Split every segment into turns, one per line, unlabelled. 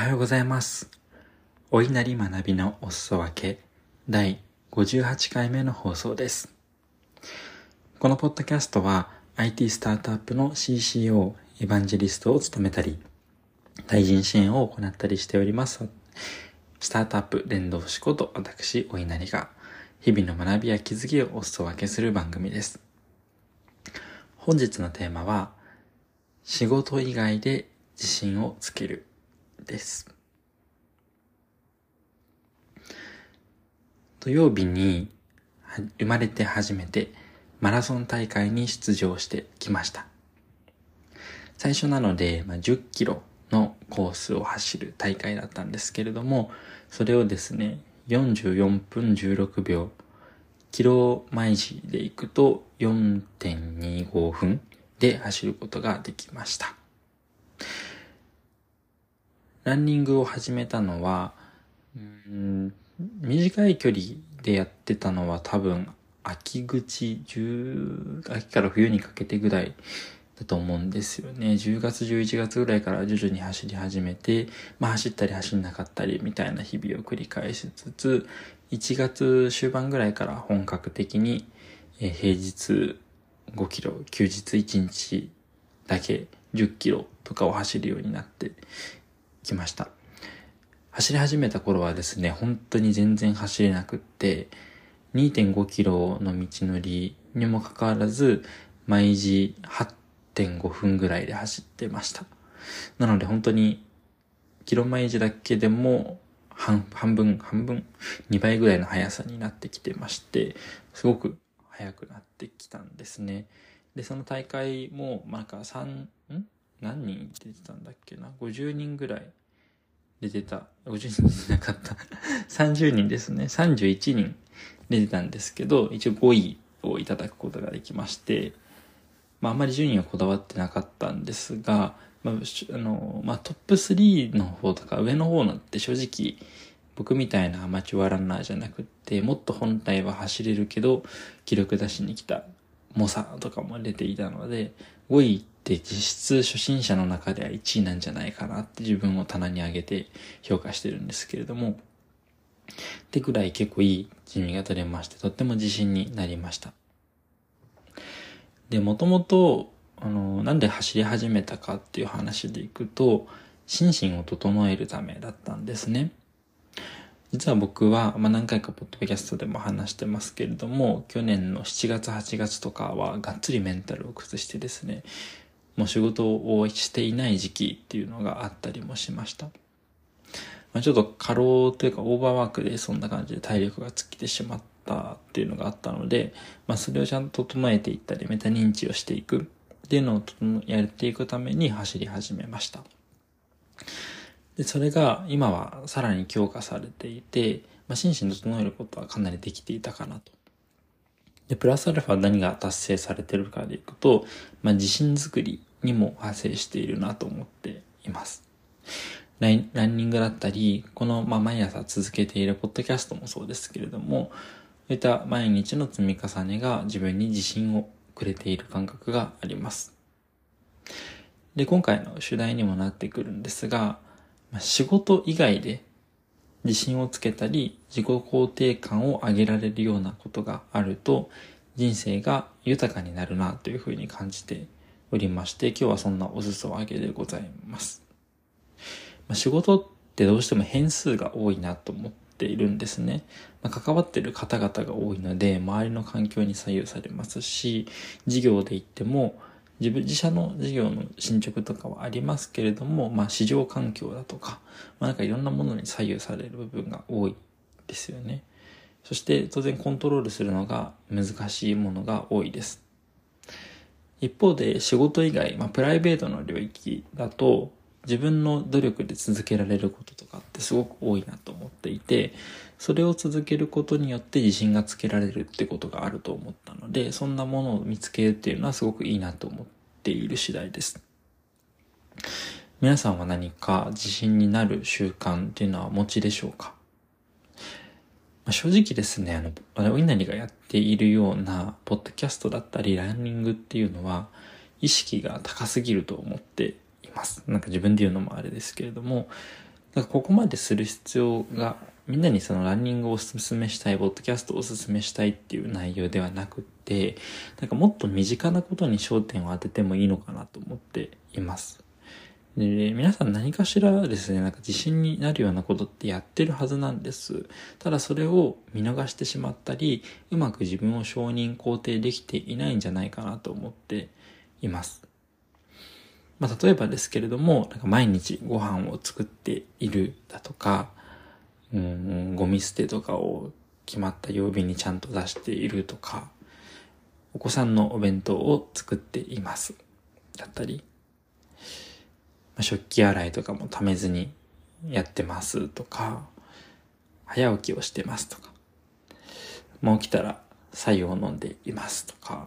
はようございます。お稲荷学びのお裾分け第58回目の放送です。このポッドキャストは IT スタートアップの CCO、エヴァンジェリストを務めたり、対人支援を行ったりしております。スタートアップ伝道師こと私、お稲荷が日々の学びや気づきをお裾分けする番組です。本日のテーマは、仕事以外で自信をつけるです。土曜日に生まれて初めてマラソン大会に出場してきました。最初なので、10キロのコースを走る大会だったんですけれども、それをですね、44分16秒、キロマイジで行くと 4.25 分で走ることができました。ランニングを始めたのは、短い距離でやってたのは多分秋から冬にかけてぐらいだと思うんですよね。10月11月ぐらいから徐々に走り始めて、走ったり走んなかったりみたいな日々を繰り返しつつ、1月終盤ぐらいから本格的に平日5キロ、休日1日だけ10キロとかを走るようになってきました。走り始めた頃はですね、本当に全然走れなくって、2.5 キロの道のりにもかかわらず、毎時 8.5 分ぐらいで走ってました。なので本当に、キロ毎時だけでも半分、2倍ぐらいの速さになってきてまして、すごく速くなってきたんですね。で、その大会も、何人出てたんだっけな ?50 人ぐらい出てた。50人出てなかった。30人ですね。31人出てたんですけど、一応5位をいただくことができまして、あんまり順位はこだわってなかったんですが、トップ3の方とか上の方のって正直、僕みたいなアマチュアランナーじゃなくって、もっと本体は走れるけど、記録出しに来た猛者とかも出ていたので、5位って実質初心者の中では1位なんじゃないかなって自分を棚に上げて評価してるんですけれども、ってぐらい結構いい順位が取れまして、とっても自信になりました。で、もともと、なんで走り始めたかっていう話でいくと、心身を整えるためだったんですね。実は僕は、何回かポッドキャストでも話してますけれども、去年の7月8月とかはがっつりメンタルを崩してですね、もう仕事をしていない時期っていうのがあったりもしました。ちょっと過労というかオーバーワークでそんな感じで体力が尽きてしまったっていうのがあったので、それをちゃんと整えていったりメタ認知をしていくっていうのをやっていくために走り始めました。で、それが今はさらに強化されていて、心身整えることはかなりできていたかなと。で、プラスアルファ何が達成されてるかでいくと、自信作りにも派生しているなと思っています。ランニングだったり、この毎朝続けているポッドキャストもそうですけれども、そういった毎日の積み重ねが自分に自信をくれている感覚があります。で、今回の主題にもなってくるんですが、仕事以外で自信をつけたり、自己肯定感を上げられるようなことがあると、人生が豊かになるなというふうに感じておりまして、今日はそんなお裾分けでございます。仕事ってどうしても変数が多いなと思っているんですね。関わっている方々が多いので、周りの環境に左右されますし、事業で言っても、自社の事業の進捗とかはありますけれども、市場環境だとか、いろんなものに左右される部分が多いですよね。そして当然コントロールするのが難しいものが多いです。一方で仕事以外、プライベートの領域だと、自分の努力で続けられることとかってすごく多いなと思っていて、それを続けることによって自信がつけられるってことがあると思ったので、そんなものを見つけるっていうのはすごくいいなと思っている次第です。皆さんは何か自信になる習慣っていうのはお持ちでしょうか？正直ですね、お稲荷がやっているようなポッドキャストだったりランニングっていうのは意識が高すぎると思っています。自分で言うのもあれですけれども、 だからここまでする必要が、みんなにそのランニングをおすすめしたい、ポッドキャストをおすすめしたいっていう内容ではなくって、なんかもっと身近なことに焦点を当ててもいいのかなと思っています。で、皆さん何かしらですね、なんか自信になるようなことってやってるはずなんです。ただそれを見逃してしまったり、うまく自分を承認肯定できていないんじゃないかなと思っています。例えばですけれども、なんか毎日ご飯を作っているだとか、ゴミ捨てとかを決まった曜日にちゃんと出しているとか、お子さんのお弁当を作っていますだったり、食器洗いとかもためずにやってますとか、早起きをしてますとか、もう起きたら白湯を飲んでいますとか、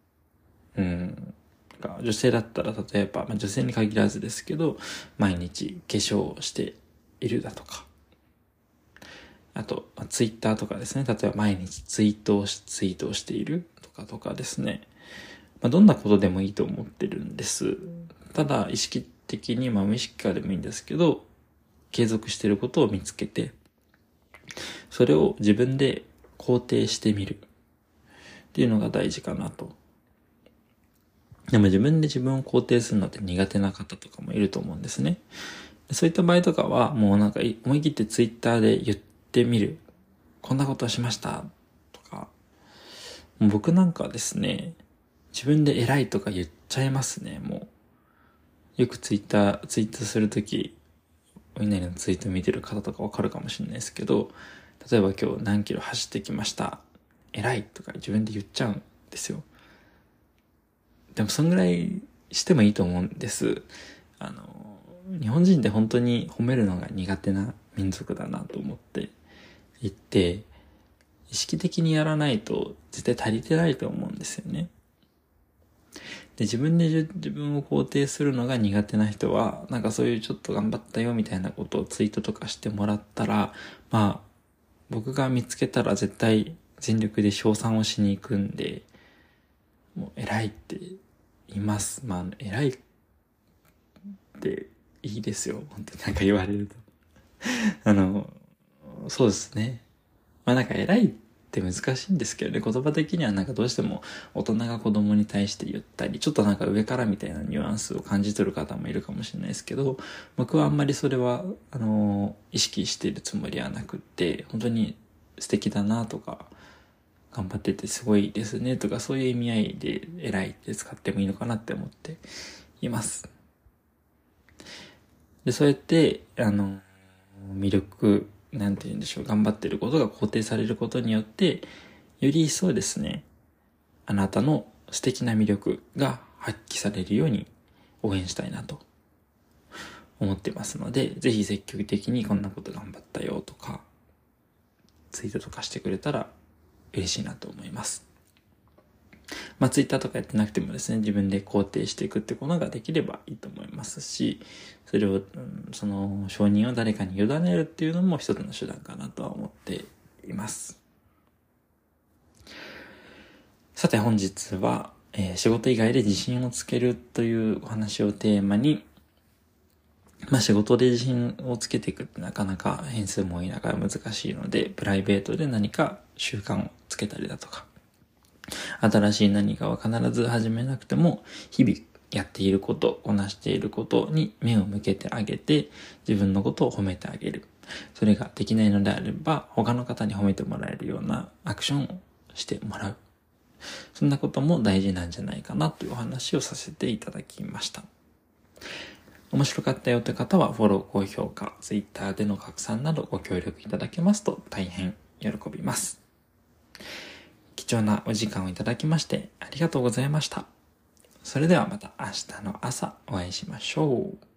女性だったら例えば、女性に限らずですけど、毎日化粧をしているだとか、あと、ツイッターとかですね。例えば毎日ツイートをしているとかですね。どんなことでもいいと思ってるんです。ただ、意識的に、無意識化でもいいんですけど、継続していることを見つけて、それを自分で肯定してみるっていうのが大事かなと。でも自分で自分を肯定するのって苦手な方とかもいると思うんですね。そういった場合とかは、もうなんか思い切ってツイッターで言ってみる。こんなことをしましたとか。もう僕なんかはですね、自分で偉いとか言っちゃいますね、もう。よくツイートするとき、お稲荷のツイート見てる方とかわかるかもしれないですけど、例えば今日何キロ走ってきました。偉いとか自分で言っちゃうんですよ。でもそんぐらいしてもいいと思うんです。日本人って本当に褒めるのが苦手な民族だなと思っていて、意識的にやらないと絶対足りてないと思うんですよね。で、自分で自分を肯定するのが苦手な人は、なんかそういうちょっと頑張ったよみたいなことをツイートとかしてもらったら、僕が見つけたら絶対全力で称賛をしに行くんで、もう偉いって言います。偉いっていいですよ。本当になんか言われると。そうですね。なんか偉いって難しいんですけどね、言葉的にはなんかどうしても大人が子供に対して言ったり、ちょっとなんか上からみたいなニュアンスを感じ取る方もいるかもしれないですけど、僕はあんまりそれは、意識しているつもりはなくって、本当に素敵だなとか、頑張っててすごいですねとか、そういう意味合いで偉いって使ってもいいのかなって思っています。で、そうやって、魅力、なんて言うんでしょう、頑張ってることが肯定されることによって、より一層ですね、あなたの素敵な魅力が発揮されるように応援したいなと思ってますので、ぜひ積極的にこんなこと頑張ったよとか、ツイートとかしてくれたら嬉しいなと思います。ツイッターとかやってなくてもですね、自分で肯定していくってことができればいいと思いますし、それを、その承認を誰かに委ねるっていうのも一つの手段かなとは思っています。さて本日は、仕事以外で自信をつけるというお話をテーマに、仕事で自信をつけていくってなかなか変数も多い中難しいので、プライベートで何か習慣をつけたりだとか、新しい何かは必ず始めなくても、日々やっていること、こなしていることに目を向けてあげて、自分のことを褒めてあげる。それができないのであれば、他の方に褒めてもらえるようなアクションをしてもらう。そんなことも大事なんじゃないかなというお話をさせていただきました。面白かったよという方はフォロー、高評価、Twitter での拡散などご協力いただけますと大変喜びます。貴重なお時間をいただきましてありがとうございました。それではまた明日の朝お会いしましょう。